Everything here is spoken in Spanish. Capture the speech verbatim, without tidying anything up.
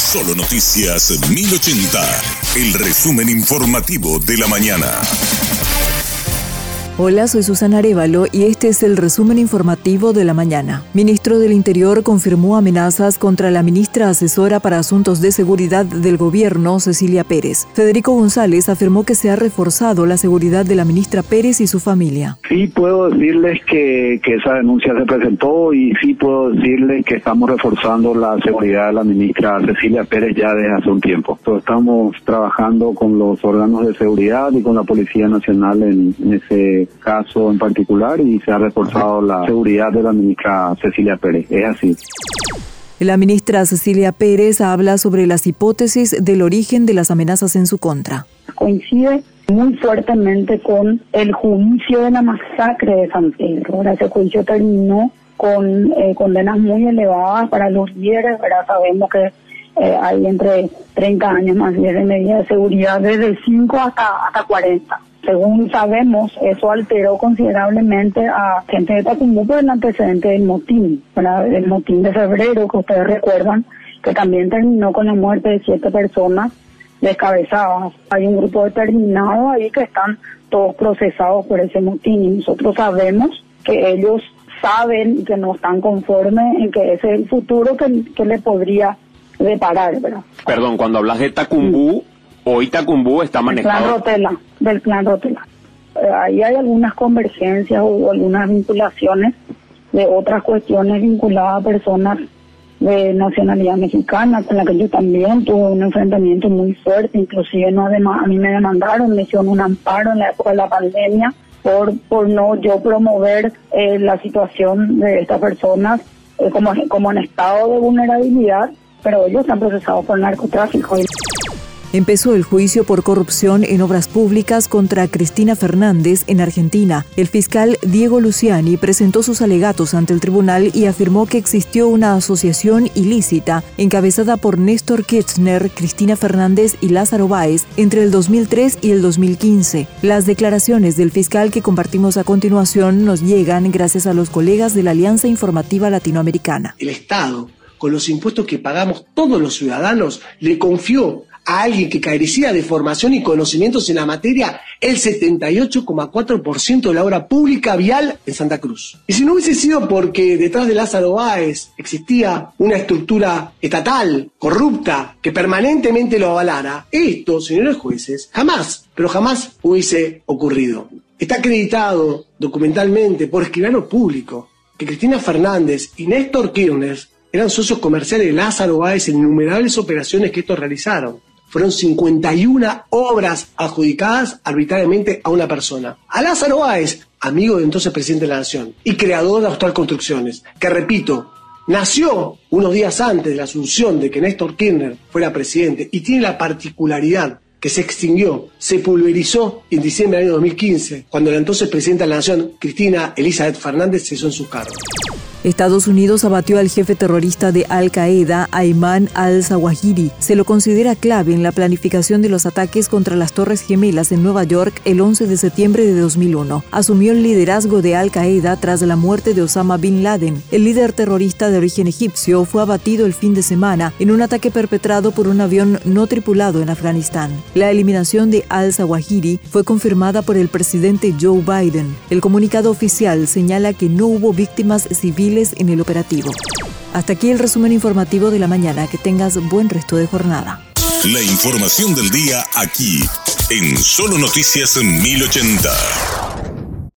Solo Noticias mil ochenta, el resumen informativo de la mañana. Hola, soy Susana Arévalo y este es el resumen informativo de la mañana. Ministro del Interior confirmó amenazas contra la ministra asesora para Asuntos de Seguridad del Gobierno, Cecilia Pérez. Federico González afirmó que se ha reforzado la seguridad de la ministra Pérez y su familia. Sí puedo decirles que, que esa denuncia se presentó y sí puedo decirles que estamos reforzando la seguridad de la ministra Cecilia Pérez ya desde hace un tiempo. Entonces, estamos trabajando con los órganos de seguridad y con la Policía Nacional en, en ese caso en particular y se ha reforzado la seguridad de la ministra Cecilia Pérez. Es así. La ministra Cecilia Pérez habla sobre las hipótesis del origen de las amenazas en su contra. Coincide muy fuertemente con el juicio de la masacre de San Pedro. Ahora, ese juicio terminó con eh, condenas muy elevadas para los líderes. Ahora sabemos que eh, hay entre treinta años más de medidas de seguridad, desde cinco hasta, hasta cuarenta. Según sabemos, eso alteró considerablemente a gente de Tacumbú por el antecedente del motín, ¿verdad? El motín de febrero, que ustedes recuerdan, que también terminó con la muerte de siete personas descabezadas. Hay un grupo determinado ahí que están todos procesados por ese motín y nosotros sabemos que ellos saben que no están conformes en que ese es el futuro que, que le podría deparar, ¿verdad? Perdón, cuando hablas de Tacumbú, hoy Tacumbú está manejado... El clan Rotela, del clan Rotela. Eh, ahí hay algunas convergencias o algunas vinculaciones de otras cuestiones vinculadas a personas de nacionalidad mexicana, con la que yo también tuve un enfrentamiento muy fuerte, inclusive no además, a mí me demandaron, me hicieron un amparo en la época de la pandemia por, por no yo promover eh, la situación de estas personas eh, como, como en estado de vulnerabilidad, pero ellos están procesados por narcotráfico. Empezó el juicio por corrupción en obras públicas contra Cristina Fernández en Argentina. El fiscal Diego Luciani presentó sus alegatos ante el tribunal y afirmó que existió una asociación ilícita encabezada por Néstor Kirchner, Cristina Fernández y Lázaro Báez entre el dos mil tres y el dos mil quince. Las declaraciones del fiscal que compartimos a continuación nos llegan gracias a los colegas de la Alianza Informativa Latinoamericana. El Estado, con los impuestos que pagamos todos los ciudadanos, le confió a alguien que carecía de formación y conocimientos en la materia el setenta y ocho coma cuatro por ciento de la obra pública vial en Santa Cruz. Y si no hubiese sido porque detrás de Lázaro Báez existía una estructura estatal, corrupta, que permanentemente lo avalara, esto, señores jueces, jamás, pero jamás hubiese ocurrido. Está acreditado documentalmente por escribano público que Cristina Fernández y Néstor Kirchner eran socios comerciales de Lázaro Báez en innumerables operaciones que estos realizaron. Fueron cincuenta y una obras adjudicadas arbitrariamente a una persona. A Lázaro Báez, amigo del entonces presidente de la Nación y creador de Austral Construcciones, que repito, nació unos días antes de la asunción de que Néstor Kirchner fuera presidente y tiene la particularidad que se extinguió, se pulverizó en diciembre del año dos mil quince, cuando la entonces presidenta de la Nación, Cristina Elizabeth Fernández, cesó en sus cargos. Estados Unidos abatió al jefe terrorista de Al-Qaeda, Ayman al-Zawahiri. Se lo considera clave en la planificación de los ataques contra las Torres Gemelas en Nueva York el once de septiembre de dos mil uno. Asumió el liderazgo de Al-Qaeda tras la muerte de Osama Bin Laden. El líder terrorista de origen egipcio fue abatido el fin de semana en un ataque perpetrado por un avión no tripulado en Afganistán. La eliminación de al-Zawahiri fue confirmada por el presidente Joe Biden. El comunicado oficial señala que no hubo víctimas civiles en el operativo. Hasta aquí el resumen informativo de la mañana. Que tengas buen resto de jornada. La información del día aquí, en Solo Noticias mil ochenta.